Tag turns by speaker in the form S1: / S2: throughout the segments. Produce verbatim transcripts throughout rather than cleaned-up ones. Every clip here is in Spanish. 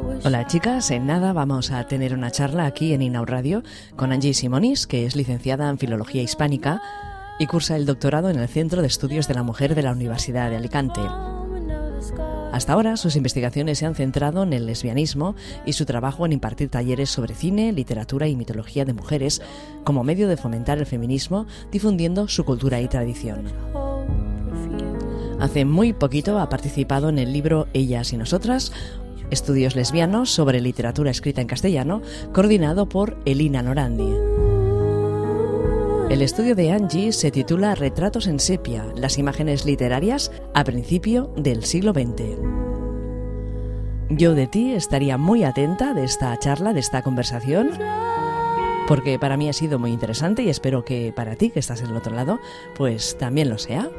S1: Hola chicas, en nada vamos a tener una charla aquí en Inaud Radio con Angie Simonis, que es licenciada en Filología Hispánica y cursa el doctorado en el Centro de Estudios de la Mujer de la Universidad de Alicante. Hasta ahora sus investigaciones se han centrado en el lesbianismo y su trabajo en impartir talleres sobre cine, literatura y mitología de mujeres como medio de fomentar el feminismo, difundiendo su cultura y tradición. Hace muy poquito ha participado en el libro Ellas y Nosotras, Estudios lesbianos sobre literatura escrita en castellano, coordinado por Elina Norandi. El estudio de Angie se titula Retratos en sepia, las imágenes literarias a principio del siglo veinte. Yo de ti estaría muy atenta de esta charla, de esta conversación, porque para mí ha sido muy interesante y espero que para ti, que estás en el otro lado, pues también lo sea.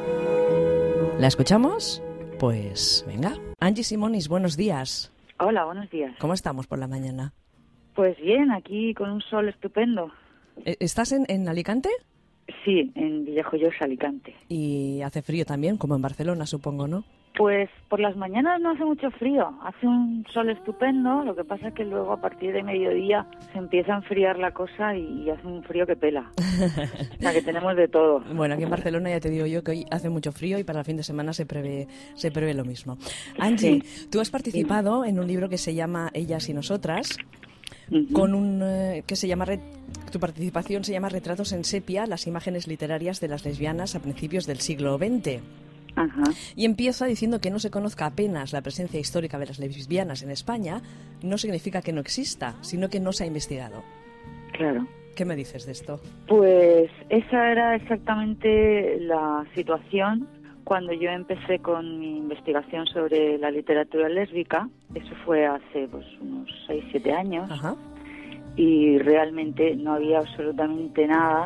S1: ¿La escuchamos? Pues venga. Angie Simonis, buenos días.
S2: Hola, buenos días.
S1: ¿Cómo estamos por la mañana?
S2: Pues bien, aquí con un sol estupendo.
S1: ¿Estás en, en Alicante?
S2: Sí, en Villajoyosa, Alicante.
S1: Y hace frío también, como en Barcelona, supongo, ¿no?
S2: Pues por las mañanas no hace mucho frío, hace un sol estupendo, lo que pasa es que luego a partir de mediodía se empieza a enfriar la cosa y hace un frío que pela. O sea, que tenemos de todo.
S1: Bueno, aquí en Barcelona ya te digo yo que hoy hace mucho frío y para el fin de semana se prevé, se prevé lo mismo. Angie, sí. Tú has participado sí. en un libro que se llama Ellas y Nosotras, uh-huh. con un eh, que se llama tu participación se llama Retratos en sepia, las imágenes literarias de las lesbianas a principios del siglo veinte.
S2: Ajá.
S1: Y empieza diciendo que no se conozca apenas la presencia histórica de las lesbianas en España, no significa que no exista, sino que no se ha investigado.
S2: Claro.
S1: ¿Qué me dices de esto?
S2: Pues esa era exactamente la situación cuando yo empecé con mi investigación sobre la literatura lésbica. Eso fue hace pues unos seis siete años.
S1: Ajá.
S2: Y realmente no había absolutamente nada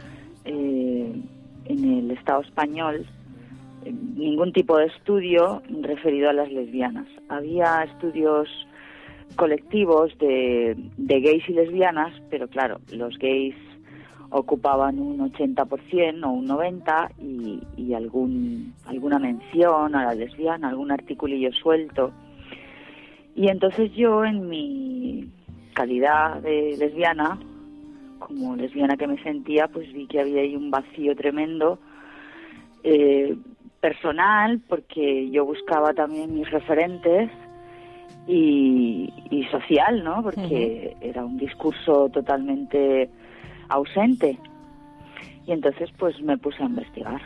S2: eh, en el Estado español, ningún tipo de estudio referido a las lesbianas. Había estudios colectivos de, de gays y lesbianas, pero claro, los gays ocupaban un ochenta por ciento o un noventa por ciento y, y algún, alguna mención a la lesbiana, algún articulillo suelto. Y entonces yo, en mi calidad de lesbiana, como lesbiana que me sentía, pues vi que había ahí un vacío tremendo, eh, personal, porque yo buscaba también mis referentes, y, y social, ¿no? Porque uh-huh. era un discurso totalmente ausente. Y entonces pues me puse a investigar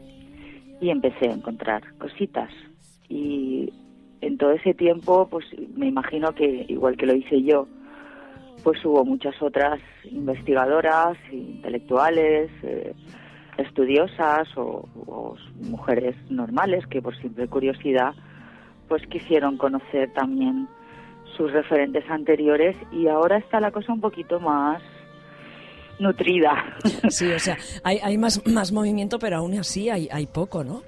S2: y empecé a encontrar cositas. Y en todo ese tiempo, pues me imagino que, igual que lo hice yo, pues hubo muchas otras investigadoras, intelectuales, eh, estudiosas o, o mujeres normales que por simple curiosidad pues quisieron conocer también sus referentes anteriores, y ahora está la cosa un poquito más nutrida.
S1: Sí, o sea, hay, hay más, más movimiento, pero aún así hay, hay poco, ¿no?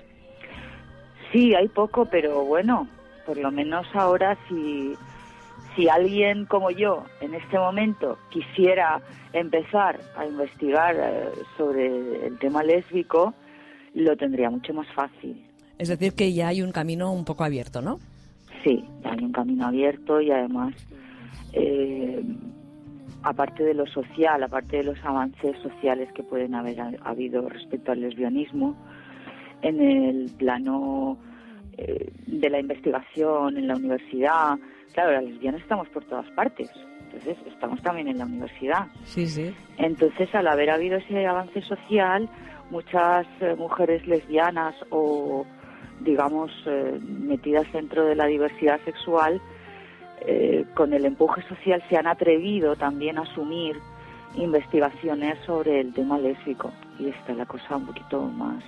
S2: Sí, hay poco, pero bueno, por lo menos ahora si, si alguien como yo en este momento quisiera empezar a investigar eh, sobre el tema lésbico, lo tendría mucho más fácil.
S1: Es decir, que ya hay un camino un poco abierto, ¿no?
S2: Sí, ya hay un camino abierto y además, eh, aparte de lo social, aparte de los avances sociales que pueden haber habido respecto al lesbianismo, en el plano eh, de la investigación en la universidad, claro, las lesbianas estamos por todas partes. Entonces, estamos también en la universidad.
S1: Sí, sí.
S2: Entonces, al haber habido ese avance social, muchas eh, mujeres lesbianas o, digamos, eh, metidas dentro de la diversidad sexual, eh, con el empuje social se han atrevido también a asumir investigaciones sobre el tema lésbico. Y está la cosa un poquito más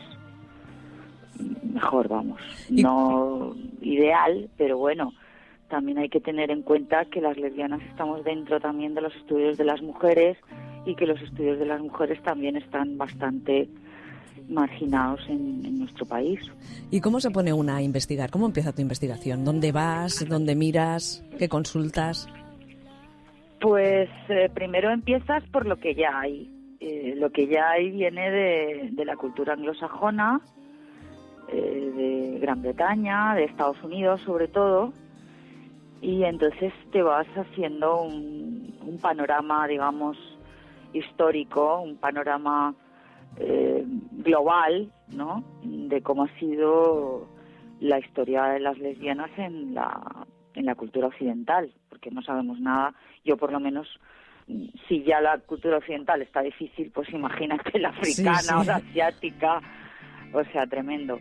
S2: mejor, vamos. No ideal, pero bueno. También hay que tener en cuenta que las lesbianas estamos dentro también de los estudios de las mujeres y que los estudios de las mujeres también están bastante marginados en, en nuestro país.
S1: ¿Y cómo se pone una a investigar? ¿Cómo empieza tu investigación? ¿Dónde vas? ¿Dónde miras? ¿Qué consultas?
S2: Pues eh, primero empiezas por lo que ya hay. Eh, lo que ya hay viene de, de la cultura anglosajona, eh, de Gran Bretaña, de Estados Unidos sobre todo. y entonces te vas haciendo un, un panorama, digamos, histórico, un panorama eh, global, ¿no?, de cómo ha sido la historia de las lesbianas en la en la cultura occidental, porque no sabemos nada. Yo, por lo menos, si ya la cultura occidental está difícil, pues imagínate la africana, sí, sí, o la asiática, o sea, tremendo.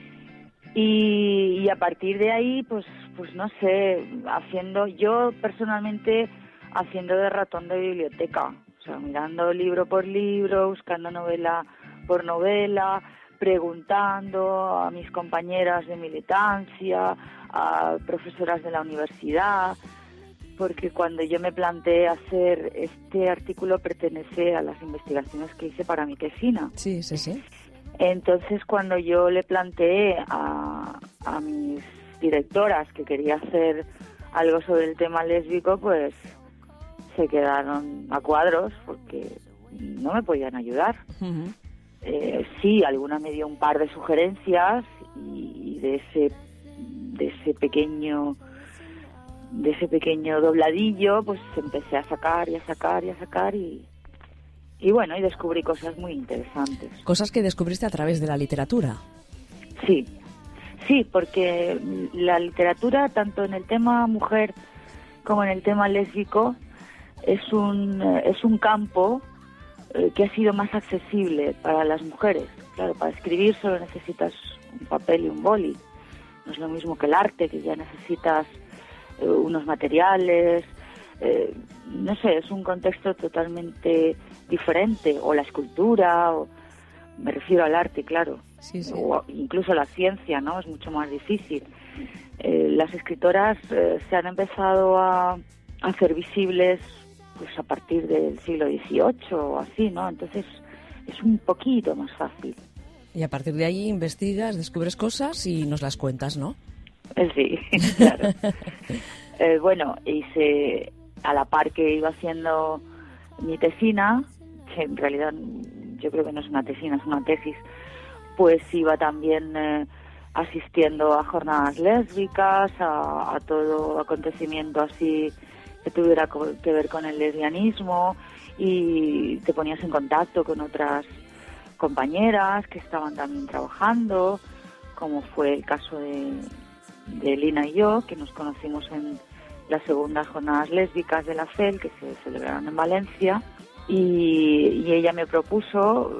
S2: Y, y a partir de ahí, pues pues no sé, haciendo, yo personalmente haciendo de ratón de biblioteca, o sea, mirando libro por libro, buscando novela por novela, preguntando a mis compañeras de militancia, a profesoras de la universidad, porque cuando yo me planteé hacer este artículo pertenece a las investigaciones que hice para mi tesina.
S1: Sí, sí, sí.
S2: Entonces, cuando yo le planteé a, a mis directoras que quería hacer algo sobre el tema lésbico, pues se quedaron a cuadros porque no me podían ayudar. Uh-huh. Eh, sí, alguna me dio un par de sugerencias y de ese de ese pequeño de ese pequeño dobladillo, pues empecé a sacar y a sacar y a sacar y y bueno, y descubrí cosas muy interesantes.
S1: Cosas que descubriste a través de la literatura.
S2: Sí, sí, porque la literatura, tanto en el tema mujer como en el tema lésbico, es un es un campo eh, que ha sido más accesible para las mujeres. Claro, para escribir solo necesitas un papel y un boli. No es lo mismo que el arte, que ya necesitas eh, unos materiales. Eh, no sé, es un contexto totalmente diferente, o la escultura, o, me refiero al arte, claro,
S1: sí, sí.
S2: O incluso la ciencia, ¿no? Es mucho más difícil. Eh, las escritoras eh, se han empezado a, a hacer visibles pues a partir del siglo dieciocho o así, ¿no? Entonces es un poquito más fácil.
S1: Y a partir de ahí investigas, descubres cosas y nos las cuentas, ¿no?
S2: Eh, sí, claro. eh, bueno, hice a la par que iba haciendo mi tesina, que en realidad yo creo que no es una tesina, es una tesis, pues iba también eh, asistiendo a jornadas lésbicas, a, a todo acontecimiento así que tuviera que ver con el lesbianismo, y te ponías en contacto con otras compañeras que estaban también trabajando, como fue el caso de, de Lina y yo, que nos conocimos en las segundas jornadas lésbicas de la F E L, que se celebraron en Valencia, y, y ella me propuso,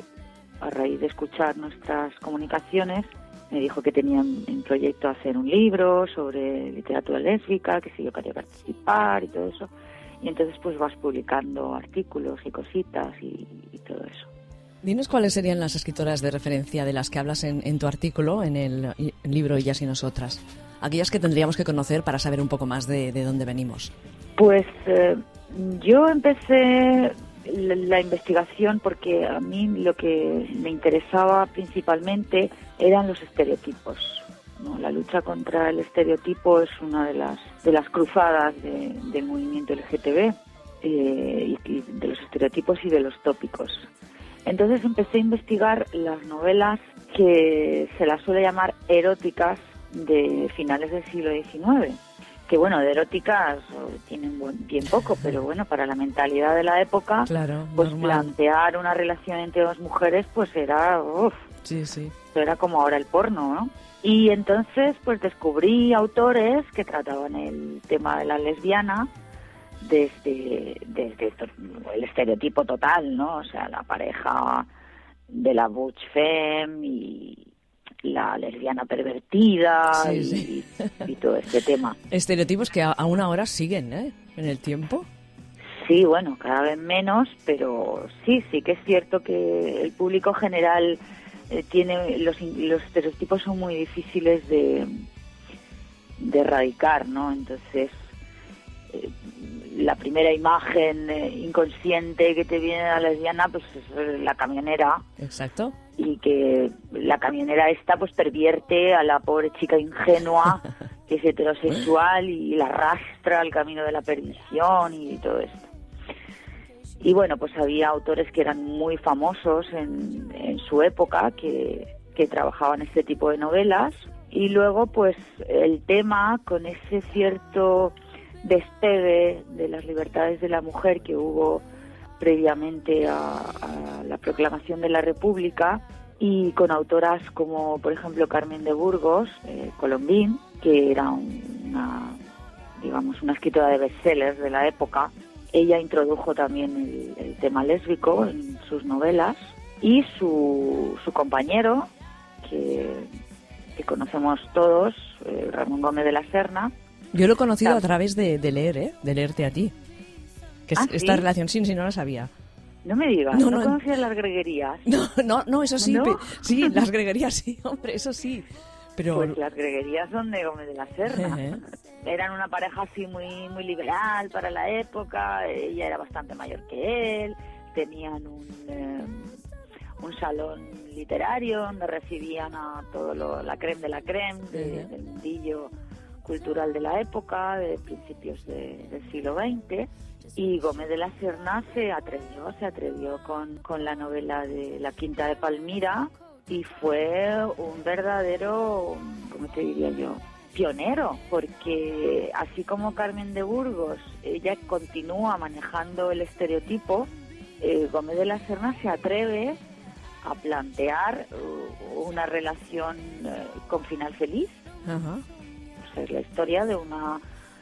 S2: a raíz de escuchar nuestras comunicaciones, me dijo que tenían en proyecto hacer un libro sobre literatura lésbica, que si yo quería participar y todo eso, y entonces pues vas publicando artículos y cositas y, y todo eso.
S1: Dinos cuáles serían las escritoras de referencia de las que hablas en, en tu artículo, en el libro Ellas y Nosotras. Aquellas que tendríamos que conocer para saber un poco más de, de dónde venimos.
S2: Pues eh, yo empecé la, la investigación porque a mí lo que me interesaba principalmente eran los estereotipos, ¿no? La lucha contra el estereotipo es una de las de las cruzadas de, del movimiento L G T B, eh, y, y de los estereotipos y de los tópicos. Entonces empecé a investigar las novelas que se las suele llamar eróticas de finales del siglo diecinueve, que bueno, de eróticas tienen buen, bien poco, pero bueno, para la mentalidad de la época,
S1: claro,
S2: pues
S1: normal.
S2: Plantear una relación entre dos mujeres pues era, uff,
S1: sí, sí.
S2: era como ahora el porno, ¿no? Y entonces pues descubrí autores que trataban el tema de la lesbiana desde, desde el estereotipo total, ¿no? O sea, la pareja de la butch femme y la lesbiana pervertida,
S1: sí,
S2: y,
S1: sí.
S2: y, y todo este tema.
S1: Estereotipos que a, aún ahora siguen, ¿eh? En el tiempo.
S2: Sí, bueno, cada vez menos, pero sí, sí que es cierto que el público general eh, tiene los, los estereotipos son muy difíciles de, de erradicar, ¿no? Entonces, eh, la primera imagen eh, inconsciente que te viene de la lesbiana, pues es la camionera.
S1: Exacto.
S2: Y que la camionera esta pues pervierte a la pobre chica ingenua que es heterosexual y la arrastra al camino de la perdición y todo esto. Y bueno, pues había autores que eran muy famosos en, en su época que, que trabajaban este tipo de novelas, Y luego, pues, el tema, con ese cierto despegue de las libertades de la mujer que hubo previamente a, a la proclamación de la República, y con autoras como, por ejemplo, Carmen de Burgos, eh, Colombín, que era una, digamos, una escritora de bestsellers de la época. Ella introdujo también el, el tema lésbico en sus novelas, y su, su compañero, que, que conocemos todos, eh, Ramón Gómez de la Serna.
S1: Yo lo he conocido también a través de, de leer, ¿eh? De leerte a ti. Que
S2: ¿Ah,
S1: esta
S2: sí?
S1: relación, sí, sí, no la sabía.
S2: No me digas,
S1: no,
S2: no,
S1: no
S2: conocías las greguerías.
S1: No, no, no, eso sí,
S2: ¿No?
S1: pe- sí, las greguerías sí, hombre, eso sí. Pero...
S2: Pues las greguerías son de Gómez de la Serna.
S1: Uh-huh.
S2: Eran una pareja así muy muy liberal para la época. Ella era bastante mayor que él. Tenían un, eh, un salón literario donde recibían a todo lo, la creme de la creme de, uh-huh. del mundillo cultural de la época, de principios de, del siglo veinte. Y Gómez de la Serna se atrevió, se atrevió con, con la novela de La Quinta de Palmira, y fue un verdadero, ¿cómo te diría yo?, pionero, porque así como Carmen de Burgos, ella continúa manejando el estereotipo, eh, Gómez de la Serna se atreve a plantear uh, una relación uh, con final feliz.
S1: Uh-huh.
S2: O sea, es la historia de una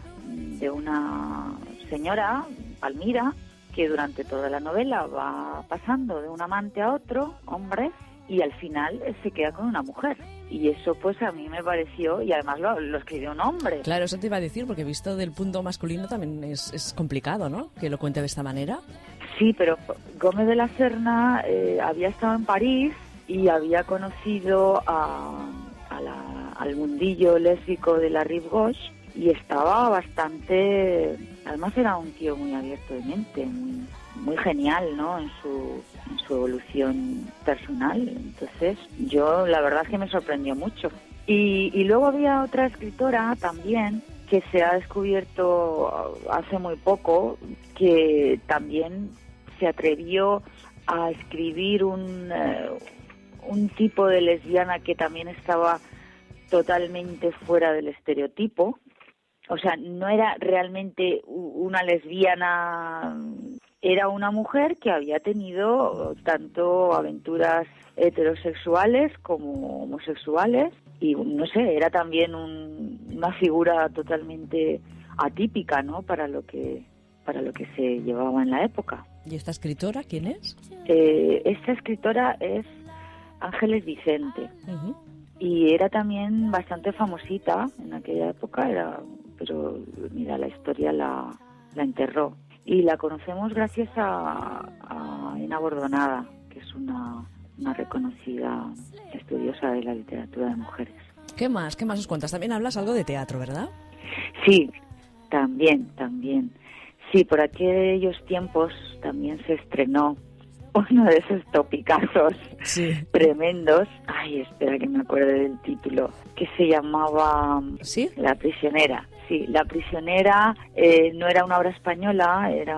S2: de una señora, Palmira, que durante toda la novela va pasando de un amante a otro, hombre, y al final se queda con una mujer. Y eso pues a mí me pareció, y además lo, lo escribió un hombre.
S1: Claro, eso te iba a decir, porque visto del punto masculino también es, es complicado, ¿no?, que lo cuente de esta manera.
S2: Sí, pero Gómez de la Serna eh, había estado en París y había conocido a, a la, al mundillo lésbico de la Rive Gauche, y estaba bastante, además era un tío muy abierto de mente, muy, muy genial, ¿no?, en su, en su evolución personal. Entonces yo la verdad es que me sorprendió mucho. Y, y luego había otra escritora también que se ha descubierto hace muy poco, que también se atrevió a escribir un, uh, un tipo de lesbiana que también estaba totalmente fuera del estereotipo. O sea, no era realmente una lesbiana, era una mujer que había tenido tanto aventuras heterosexuales como homosexuales, y no sé, era también un, una figura totalmente atípica, ¿no?, para lo que para lo que se llevaba en la época.
S1: ¿Y esta escritora quién es?
S2: Eh, esta escritora es Ángeles Vicente. Uh-huh. Y era también bastante famosita en aquella época, era, pero mira, la historia la, la enterró. Y la conocemos gracias a, a Ena Bordonada, que es una, una reconocida estudiosa de la literatura de mujeres.
S1: ¿Qué más? ¿Qué más os cuentas? También hablas algo de teatro, ¿verdad?
S2: Sí, también, también. Sí, por aquellos tiempos también se estrenó uno de esos topicazos
S1: sí.
S2: tremendos. Ay, espera que me acuerde del título. Que se llamaba
S1: ¿Sí?
S2: La prisionera. Sí, La prisionera eh, no era una obra española, era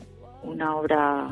S2: una obra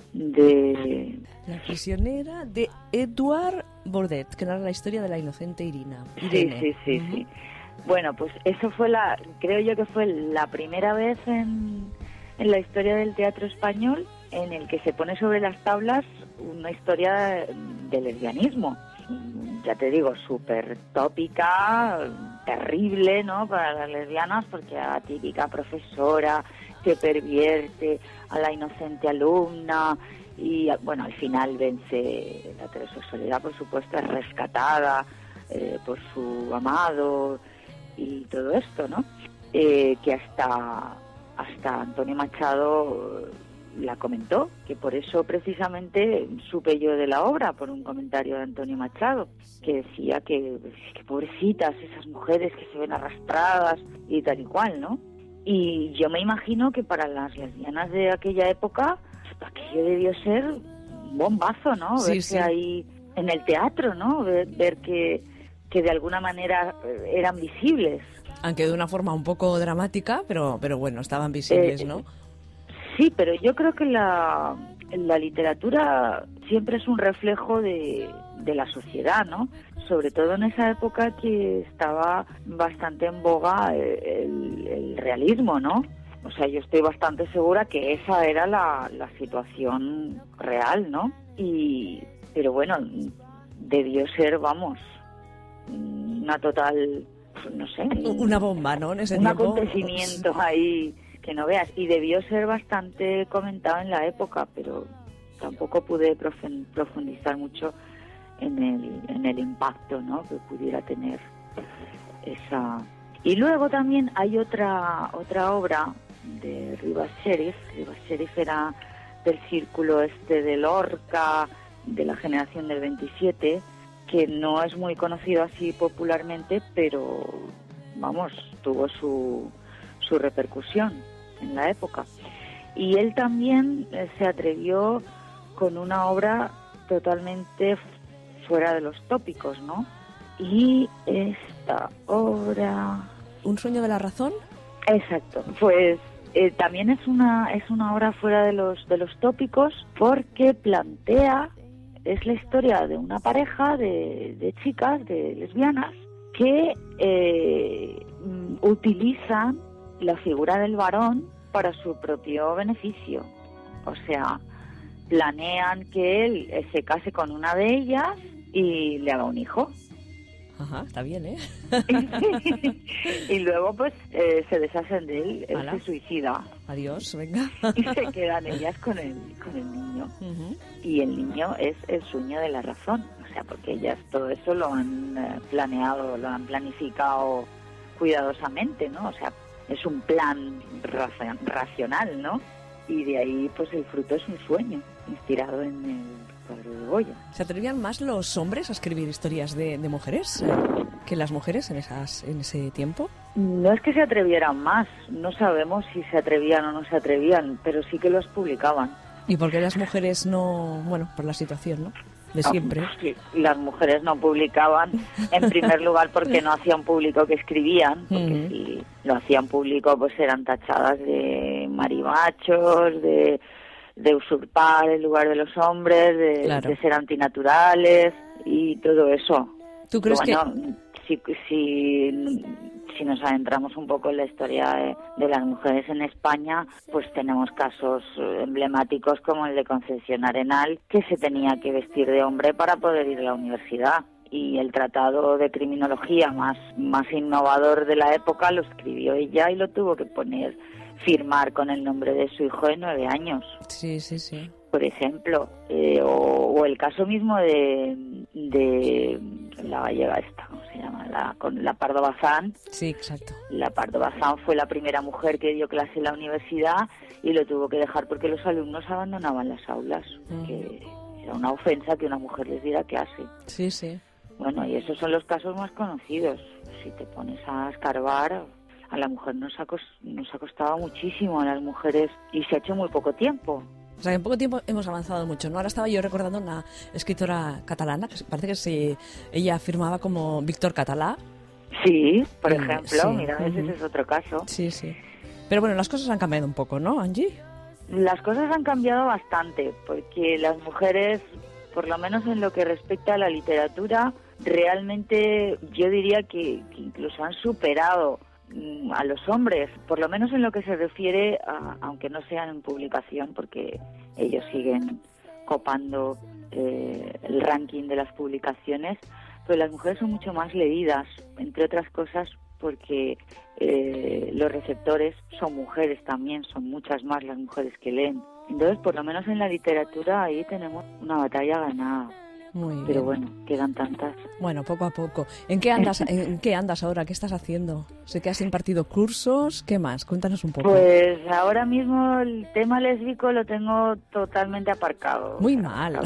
S2: de...
S1: La prisionera de Edouard Bordet, que narra la historia de la inocente Irina. Irene.
S2: Sí, sí, sí, uh-huh. sí. Bueno, pues eso fue la... Creo yo que fue la primera vez en, en la historia del teatro español en el que se pone sobre las tablas una historia de lesbianismo. Ya te digo, súper tópica, terrible, ¿no?, para las lesbianas, porque era la típica profesora que pervierte a la inocente alumna y, bueno, al final vence la heterosexualidad, por supuesto, es rescatada eh, por su amado y todo esto, ¿no? Eh, que hasta, hasta Antonio Machado la comentó, que por eso precisamente supe yo de la obra, por un comentario de Antonio Machado, que decía que, que pobrecitas esas mujeres que se ven arrastradas y tal y cual, ¿no? Y yo me imagino que para las lesbianas de aquella época, aquello debió ser un bombazo, ¿no?
S1: Sí,
S2: Verse
S1: sí.
S2: ahí en el teatro, ¿no? Ver, ver que, que de alguna manera eran visibles.
S1: Aunque de una forma un poco dramática, pero, pero bueno, estaban visibles,
S2: eh,
S1: ¿no?
S2: Sí, pero yo creo que la, la literatura siempre es un reflejo de, de la sociedad, ¿no? Sobre todo en esa época que estaba bastante en boga el, el realismo, ¿no? O sea, yo estoy bastante segura que esa era la, la situación real, ¿no? Y, pero bueno, debió ser, vamos, una total, no sé...
S1: Una bomba, ¿no? En ese
S2: un
S1: tiempo.
S2: acontecimiento ahí que no veas. Y debió ser bastante comentado en la época, pero tampoco pude profundizar mucho en el, en el impacto, ¿no?, que pudiera tener esa... Y luego también hay otra otra obra de Rivas Sheriff. Rivas Sheriff era del círculo este de Lorca, de la generación del veintisiete, que no es muy conocido así popularmente, pero vamos, tuvo su, su repercusión en la época. Y él también eh, se atrevió con una obra totalmente fuera de los tópicos, ¿no? Y esta obra...
S1: ¿Un sueño de la razón?
S2: Exacto, pues eh, también es una es una obra fuera de los de los tópicos, porque plantea, es la historia de una pareja de, de chicas, de lesbianas, que eh, utilizan la figura del varón para su propio beneficio. O sea, planean que él eh, se case con una de ellas y le haga un hijo.
S1: Ajá, está bien, ¿eh?
S2: Y luego, pues, eh, se deshacen de él, él se suicida.
S1: Adiós, venga.
S2: Y se quedan ellas con el, con el niño. Uh-huh. Y el niño es el sueño de la razón. O sea, porque ellas todo eso lo han eh, planeado, lo han planificado cuidadosamente, ¿no? O sea, es un plan raci- racional, ¿no? Y de ahí, pues, el fruto es un sueño, inspirado en el cuadro de Goya.
S1: ¿Se atrevían más los hombres a escribir historias de, de mujeres que las mujeres en esas en ese tiempo?
S2: No es que se atrevieran más, no sabemos si se atrevían o no se atrevían, pero sí que los publicaban.
S1: ¿Y por qué las mujeres no? Bueno, por la situación, ¿no?, de siempre.
S2: No, sí, las mujeres no publicaban, en primer lugar porque no hacían público que escribían, porque uh-huh. si lo hacían público pues eran tachadas de marimachos, de... de usurpar el lugar de los hombres, de, claro. de ser antinaturales y todo eso.
S1: ¿Tú crees
S2: bueno,
S1: que...?
S2: Si, si, si nos adentramos un poco en la historia de, de las mujeres en España, pues tenemos casos emblemáticos como el de Concepción Arenal, que se tenía que vestir de hombre para poder ir a la universidad. Y el tratado de criminología más, más innovador de la época lo escribió ella y lo tuvo que poner... firmar con el nombre de su hijo de nueve años.
S1: Sí, sí, sí.
S2: Por ejemplo, eh, o, o el caso mismo de, de la gallega esta, ¿cómo se llama? La, con la Pardo Bazán.
S1: Sí, exacto.
S2: La Pardo Bazán fue la primera mujer que dio clase en la universidad y lo tuvo que dejar porque los alumnos abandonaban las aulas, mm. que era una ofensa que una mujer les diera clase.
S1: Sí, sí.
S2: Bueno, y esos son los casos más conocidos. Si te pones a escarbar... A la mujer nos ha, cost- nos ha costado muchísimo a las mujeres y se ha hecho muy poco tiempo.
S1: O sea, en poco tiempo hemos avanzado mucho, ¿no? Ahora estaba yo recordando una escritora catalana, que parece que se, ella firmaba como Víctor Català.
S2: Sí, por eh, ejemplo,
S1: sí.
S2: mira, uh-huh. ese es otro caso.
S1: Sí, sí. Pero bueno, las cosas han cambiado un poco, ¿no, Angie?
S2: Las cosas han cambiado bastante, porque las mujeres, por lo menos en lo que respecta a la literatura, realmente yo diría que, que incluso han superado a los hombres, por lo menos en lo que se refiere a, aunque no sean en publicación, porque ellos siguen copando eh, el ranking de las publicaciones, pero las mujeres son mucho más leídas, entre otras cosas porque eh, los receptores son mujeres también, son muchas más las mujeres que leen. Entonces, por lo menos en la literatura ahí tenemos una batalla ganada.
S1: Muy bien.
S2: Pero bueno, quedan tantas.
S1: Bueno, poco a poco. ¿En qué andas en qué andas ahora? ¿Qué estás haciendo? Sé que has impartido cursos. ¿Qué más? Cuéntanos un poco.
S2: Pues ahora mismo el tema lésbico lo tengo totalmente aparcado.
S1: Muy mal.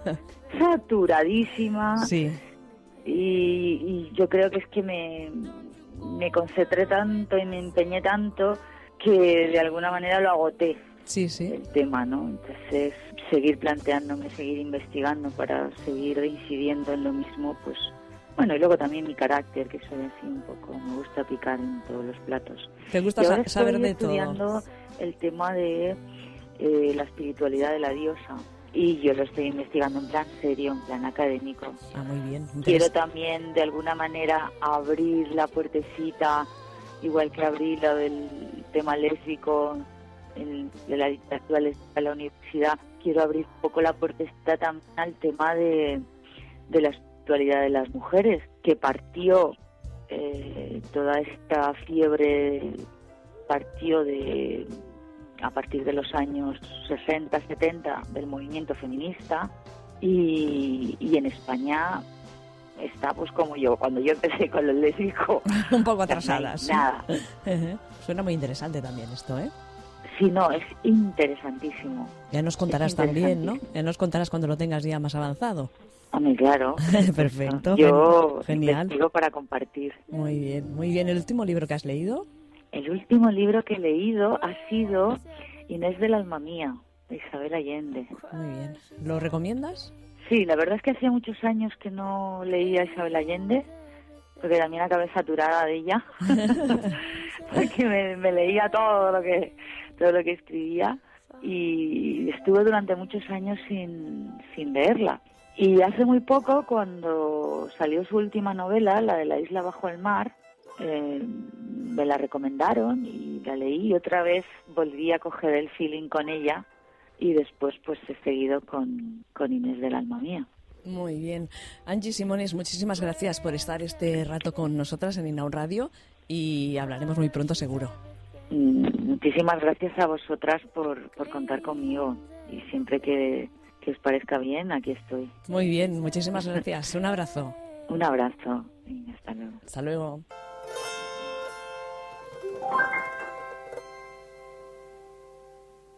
S2: Saturadísima.
S1: Sí.
S2: Y, y yo creo que es que me, me concentré tanto y me empeñé tanto que de alguna manera lo agoté.
S1: Sí, sí.
S2: El tema, ¿no? Entonces, seguir planteándome, seguir investigando para seguir incidiendo en lo mismo, pues... Bueno, y luego también mi carácter, que soy así un poco... Me gusta picar en todos los platos.
S1: ¿Te gusta sa- saber de todo?
S2: Estoy estudiando el tema de eh, la espiritualidad de la diosa. y yo lo estoy investigando en plan serio, en plan académico.
S1: Ah, muy bien.
S2: Quiero también, de alguna manera, abrir la puertecita, igual que abrí lo del tema lésbico, el, de la literatura lésbica en la universidad. Quiero abrir un poco la puertecita también al tema de, de la sexualidad de las mujeres, que partió eh, toda esta fiebre, partió de a partir de los años sesenta, setenta del movimiento feminista y, y en España está pues como yo, cuando yo empecé con lo lésbico.
S1: Un poco atrasadas.
S2: No nada.
S1: Suena muy interesante también esto, ¿eh?
S2: Sí, no, es interesantísimo.
S1: Ya nos contarás también, ¿no? Ya nos contarás cuando lo tengas ya más avanzado.
S2: Hombre, claro.
S1: Perfecto.
S2: Yo
S1: Genial.
S2: investigo para compartir.
S1: Muy bien, muy bien. ¿El último libro que has leído?
S2: El último libro que he leído ha sido Inés del alma mía, de Isabel Allende.
S1: Muy bien. ¿Lo recomiendas?
S2: Sí, la verdad es que hacía muchos años que no leía a Isabel Allende, porque también acabé saturada de ella, porque me, me leía todo lo que todo lo que escribía y estuve durante muchos años sin, sin leerla. Y hace muy poco, cuando salió su última novela, la de La isla bajo el mar, eh, me la recomendaron y la leí y otra vez volví a coger el feeling con ella y después pues he seguido con, con Inés del alma mía.
S1: Muy bien. Angie Simonis, muchísimas gracias por estar este rato con nosotras en Inaun Radio y hablaremos muy pronto seguro.
S2: Muchísimas gracias a vosotras por, por contar conmigo y siempre que, que os parezca bien, aquí estoy.
S1: Muy bien, muchísimas gracias. Un abrazo.
S2: Un abrazo y hasta luego.
S1: Hasta luego.